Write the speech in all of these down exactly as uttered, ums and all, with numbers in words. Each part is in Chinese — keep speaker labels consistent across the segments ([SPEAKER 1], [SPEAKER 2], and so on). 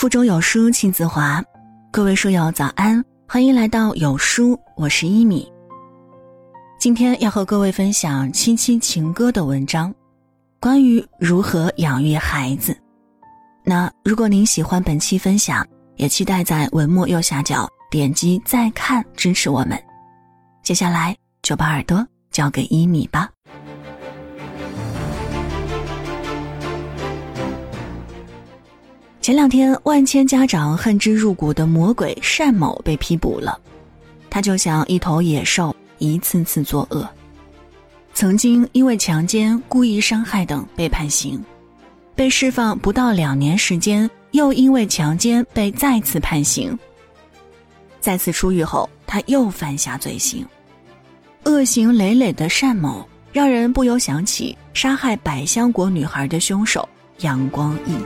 [SPEAKER 1] 腹中有书气自华，各位书友早安，欢迎来到有书，我是一米。今天要和各位分享七七情歌的文章，关于如何养育孩子。那如果您喜欢本期分享，也期待在文末右下角点击再看支持我们。接下来就把耳朵交给一米吧。前两天，万千家长恨之入骨的魔鬼单某被批捕了。他就像一头野兽，一次次作恶。曾经因为强奸、故意伤害等被判刑，被释放不到两年时间，又因为强奸被再次判刑。再次出狱后，他又犯下罪行。恶行累累的单某，让人不由想起杀害百香果女孩的凶手杨光义。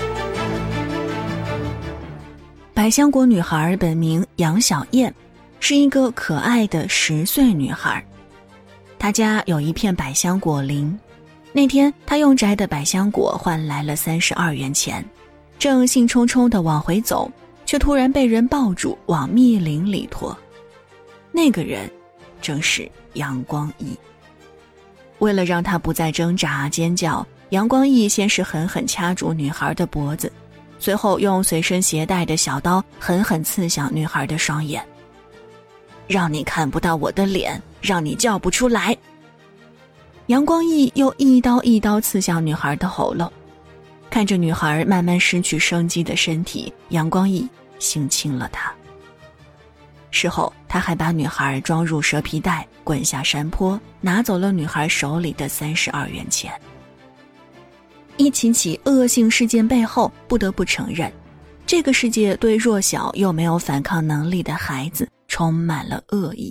[SPEAKER 1] 百香果女孩本名杨小燕，是一个可爱的十岁女孩。她家有一片百香果林，那天她用摘的百香果换来了三十二元钱，正兴冲冲地往回走，却突然被人抱住往密林里拖。那个人正是杨光义。为了让她不再挣扎尖叫，杨光义先是狠狠掐住女孩的脖子，随后用随身携带的小刀狠狠刺向女孩的双眼。让你看不到我的脸，让你叫不出来。杨光义又一刀一刀刺向女孩的喉咙。看着女孩慢慢失去生机的身体，杨光义性侵了她。事后他还把女孩装入蛇皮袋滚下山坡，拿走了女孩手里的三十二元钱。一起起恶性事件背后，不得不承认，这个世界对弱小又没有反抗能力的孩子充满了恶意。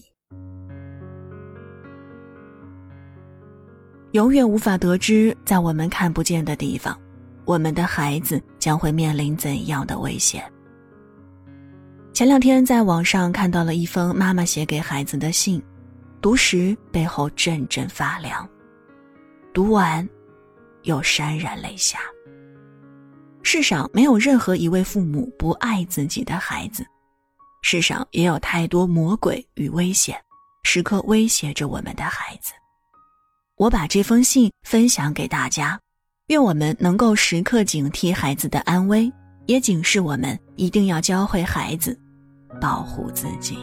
[SPEAKER 1] 永远无法得知，在我们看不见的地方，我们的孩子将会面临怎样的危险。前两天在网上看到了一封妈妈写给孩子的信，读时背后阵阵发凉，读完又潸然泪下。世上没有任何一位父母不爱自己的孩子，世上也有太多魔鬼与危险，时刻威胁着我们的孩子。我把这封信分享给大家，愿我们能够时刻警惕孩子的安危，也警示我们一定要教会孩子保护自己。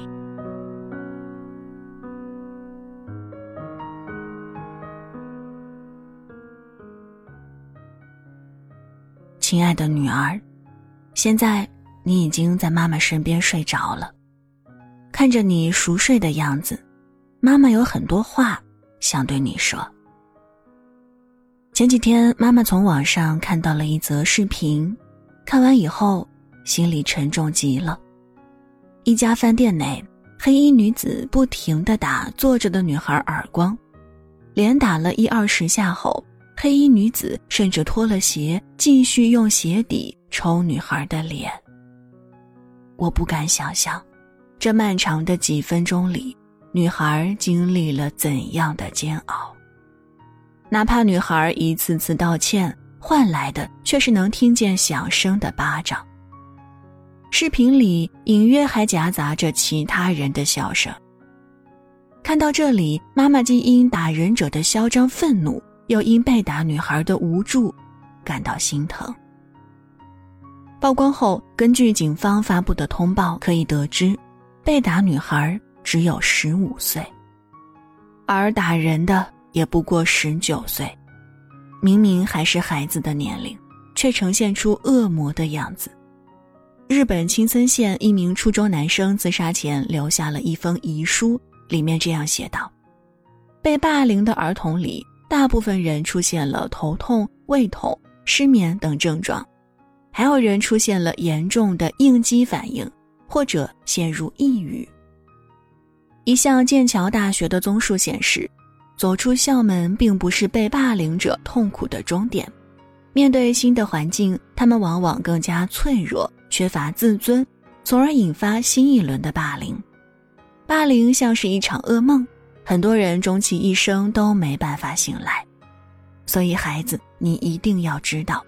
[SPEAKER 1] 亲爱的女儿，现在你已经在妈妈身边睡着了。看着你熟睡的样子，妈妈有很多话想对你说。前几天妈妈从网上看到了一则视频，看完以后心里沉重极了。一家饭店内，黑衣女子不停地打坐着的女孩耳光，连打了一二十下后，黑衣女子甚至脱了鞋，继续用鞋底抽女孩的脸。我不敢想象，这漫长的几分钟里，女孩经历了怎样的煎熬。哪怕女孩一次次道歉，换来的却是能听见响声的巴掌。视频里隐约还夹杂着其他人的笑声。看到这里，妈妈既因打人者的嚣张愤怒，又因被打女孩的无助感到心疼。曝光后，根据警方发布的通报可以得知，被打女孩只有十五岁，而打人的也不过十九岁。明明还是孩子的年龄，却呈现出恶魔的样子。日本青森县一名初中男生自杀前留下了一封遗书，里面这样写道：被霸凌的儿童里，大部分人出现了头痛、胃痛、失眠等症状，还有人出现了严重的应激反应，或者陷入抑郁。一项剑桥大学的综述显示，走出校门并不是被霸凌者痛苦的终点，面对新的环境，他们往往更加脆弱，缺乏自尊，从而引发新一轮的霸凌。霸凌像是一场噩梦，很多人终其一生都没办法醒来。所以孩子，你一定要知道，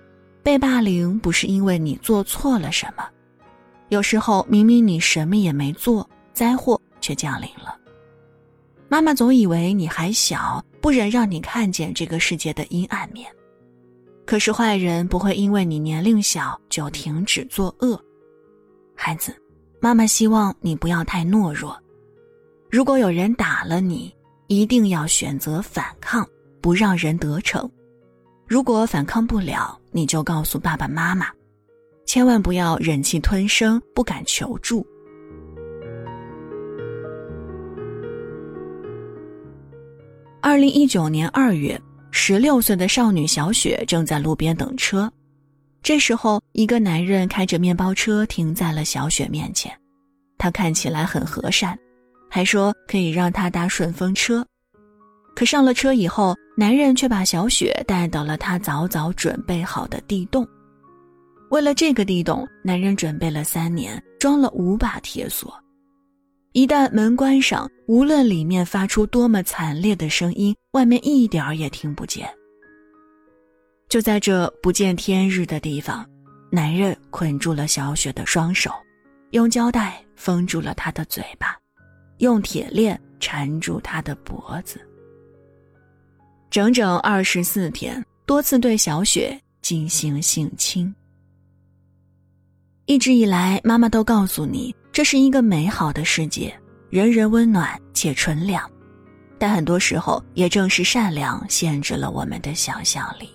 [SPEAKER 1] 被霸凌不是因为你做错了什么，有时候明明你什么也没做，灾祸却降临了。妈妈总以为你还小，不忍让你看见这个世界的阴暗面。可是坏人不会因为你年龄小就停止作恶。孩子，妈妈希望你不要太懦弱。如果有人打了你，一定要选择反抗，不让人得逞。如果反抗不了，你就告诉爸爸妈妈，千万不要忍气吞声，不敢求助。二零一九年二月，十六岁的少女小雪正在路边等车。这时候，一个男人开着面包车停在了小雪面前。他看起来很和善，还说可以让她搭顺风车。可上了车以后，男人却把小雪带到了他早早准备好的地洞。为了这个地洞，男人准备了三年，装了五把铁锁。一旦门关上，无论里面发出多么惨烈的声音，外面一点儿也听不见。就在这不见天日的地方，男人捆住了小雪的双手，用胶带封住了她的嘴巴，用铁链缠住她的脖子。整整二十四天，多次对小雪进行性侵。一直以来，妈妈都告诉你，这是一个美好的世界，人人温暖且纯良。但很多时候，也正是善良限制了我们的想象力。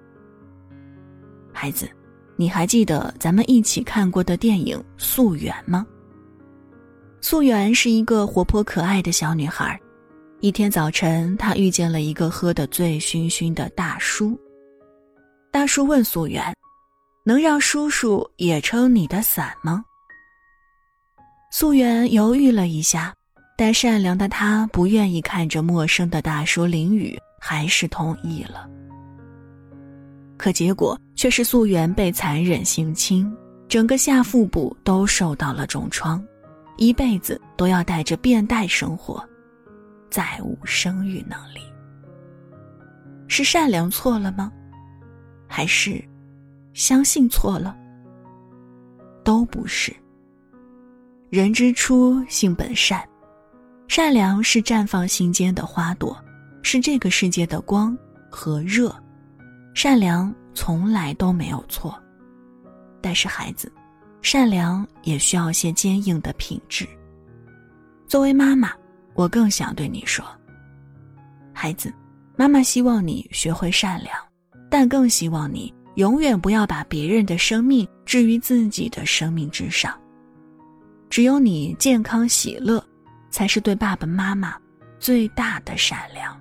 [SPEAKER 1] 孩子，你还记得咱们一起看过的电影《素媛》吗？素媛是一个活泼可爱的小女孩。一天早晨，她遇见了一个喝得醉醺醺的大叔。大叔问素媛，能让叔叔也撑你的伞吗？素媛犹豫了一下，但善良的她不愿意看着陌生的大叔淋雨，还是同意了。可结果却是素媛被残忍性侵，整个下腹部都受到了重创，一辈子都要带着便袋生活，再无生育能力。是善良错了吗？还是相信错了？都不是。人之初，性本善，善良是绽放心间的花朵，是这个世界的光和热。善良从来都没有错。但是孩子，善良也需要些坚硬的品质。作为妈妈，我更想对你说，孩子，妈妈希望你学会善良，但更希望你永远不要把别人的生命置于自己的生命之上。只有你健康喜乐，才是对爸爸妈妈最大的善良。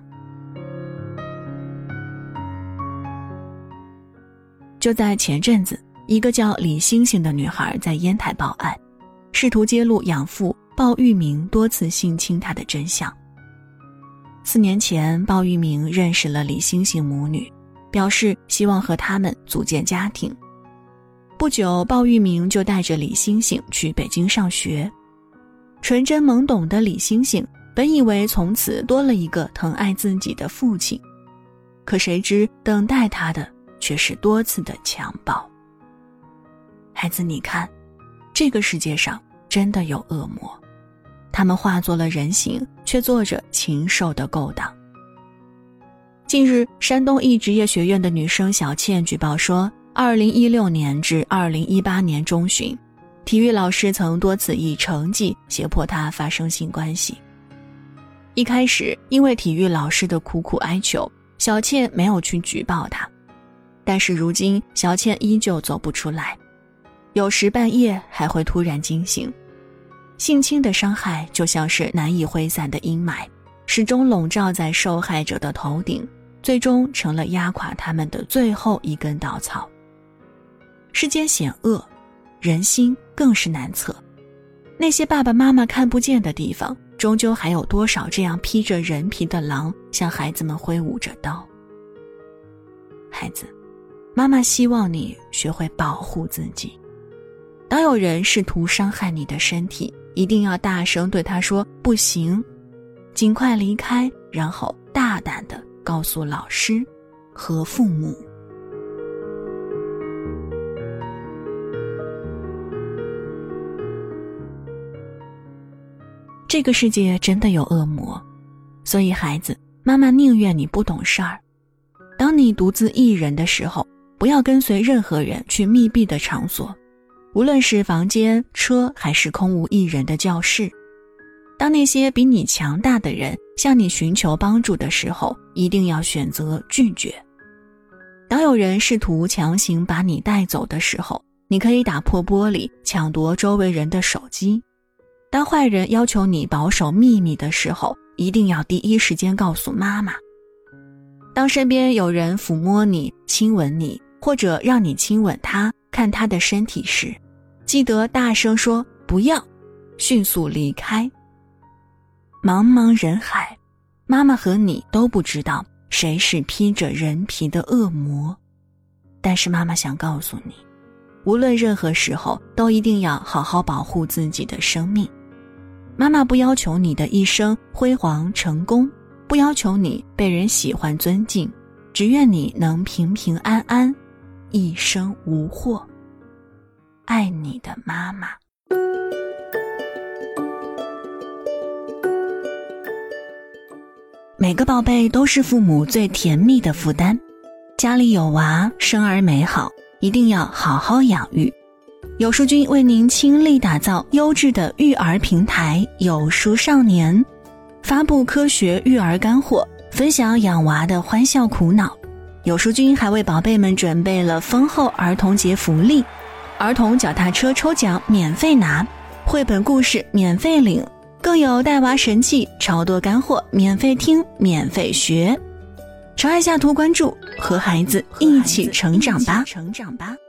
[SPEAKER 1] 就在前阵子，一个叫李星星的女孩在烟台报案，试图揭露养父鲍玉明多次性侵她的真相。四年前，鲍玉明认识了李星星母女，表示希望和他们组建家庭。不久，鲍玉明就带着李星星去北京上学。纯真懵懂的李星星本以为从此多了一个疼爱自己的父亲，可谁知等待他的却是多次的强暴。孩子，你看，这个世界上真的有恶魔，他们化作了人形，却做着禽兽的勾当。近日，山东一职业学院的女生小倩举报说，二零一六年至二零一八年中旬，体育老师曾多次以成绩胁迫她发生性关系。一开始，因为体育老师的苦苦哀求，小倩没有去举报他。但是如今，小倩依旧走不出来，有时半夜还会突然惊醒。性侵的伤害就像是难以挥散的阴霾，始终笼罩在受害者的头顶，最终成了压垮他们的最后一根稻草。世间险恶，人心更是难测。那些爸爸妈妈看不见的地方，终究还有多少这样披着人皮的狼向孩子们挥舞着刀。孩子，妈妈希望你学会保护自己。当有人试图伤害你的身体，一定要大声对他说不行，尽快离开，然后大胆地告诉老师和父母。 这个世界真的有恶魔，所以孩子，妈妈宁愿你不懂事儿。当你独自一人的时候，不要跟随任何人去密闭的场所，无论是房间、车还是空无一人的教室。当那些比你强大的人向你寻求帮助的时候，一定要选择拒绝。当有人试图强行把你带走的时候，你可以打破玻璃，抢夺周围人的手机。当坏人要求你保守秘密的时候，一定要第一时间告诉妈妈。当身边有人抚摸你、亲吻你，或者让你亲吻他、看他的身体时，记得大声说不要，迅速离开。茫茫人海，妈妈和你都不知道谁是披着人皮的恶魔，但是妈妈想告诉你，无论任何时候都一定要好好保护自己的生命。妈妈不要求你的一生辉煌成功，不要求你被人喜欢尊敬，只愿你能平平安安，一生无祸。爱你的妈妈。每个宝贝都是父母最甜蜜的负担，家里有娃，生儿美好，一定要好好养育。有书君为您倾力打造优质的育儿平台有书少年，发布科学育儿干货，分享养娃的欢笑苦恼。有书君还为宝贝们准备了丰厚儿童节福利，儿童脚踏车抽奖免费拿，绘本故事免费领，更有带娃神器，超多干货免费听免费学。长按下图关注，和孩子一起成长吧。